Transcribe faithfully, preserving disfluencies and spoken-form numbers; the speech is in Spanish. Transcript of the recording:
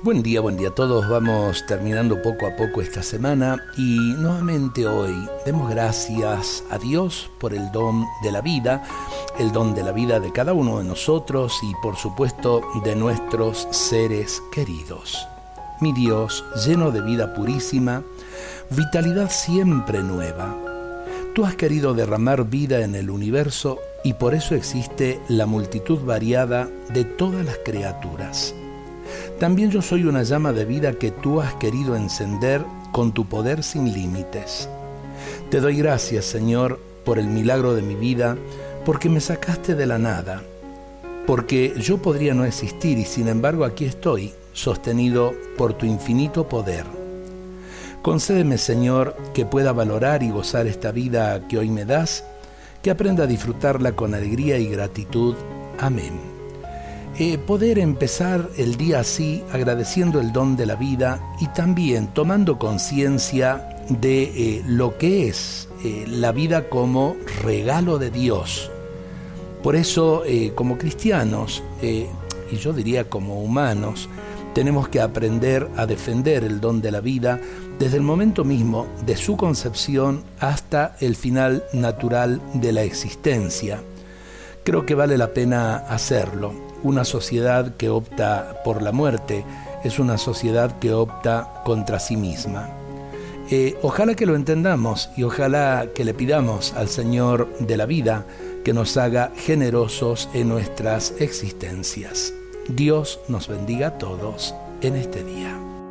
Buen día, buen día a todos. Vamos terminando poco a poco esta semana y nuevamente hoy demos gracias a Dios por el don de la vida, el don de la vida de cada uno de nosotros y por supuesto de nuestros seres queridos. Mi Dios, lleno de vida purísima, vitalidad siempre nueva, tú has querido derramar vida en el universo y por eso existe la multitud variada de todas las criaturas. También yo soy una llama de vida que tú has querido encender con tu poder sin límites. Te doy gracias, Señor, por el milagro de mi vida, porque me sacaste de la nada, porque yo podría no existir y sin embargo aquí estoy, sostenido por tu infinito poder. Concédeme, Señor, que pueda valorar y gozar esta vida que hoy me das, que aprenda a disfrutarla con alegría y gratitud. Amén. Eh, poder empezar el día así, agradeciendo el don de la vida y también tomando conciencia de eh, lo que es eh, la vida como regalo de Dios. Por eso, eh, como cristianos, eh, y yo diría como humanos, tenemos que aprender a defender el don de la vida desde el momento mismo de su concepción hasta el final natural de la existencia. Creo que vale la pena hacerlo. Una sociedad que opta por la muerte es una sociedad que opta contra sí misma. Eh, ojalá que lo entendamos y ojalá que le pidamos al Señor de la vida que nos haga generosos en nuestras existencias. Dios nos bendiga a todos en este día.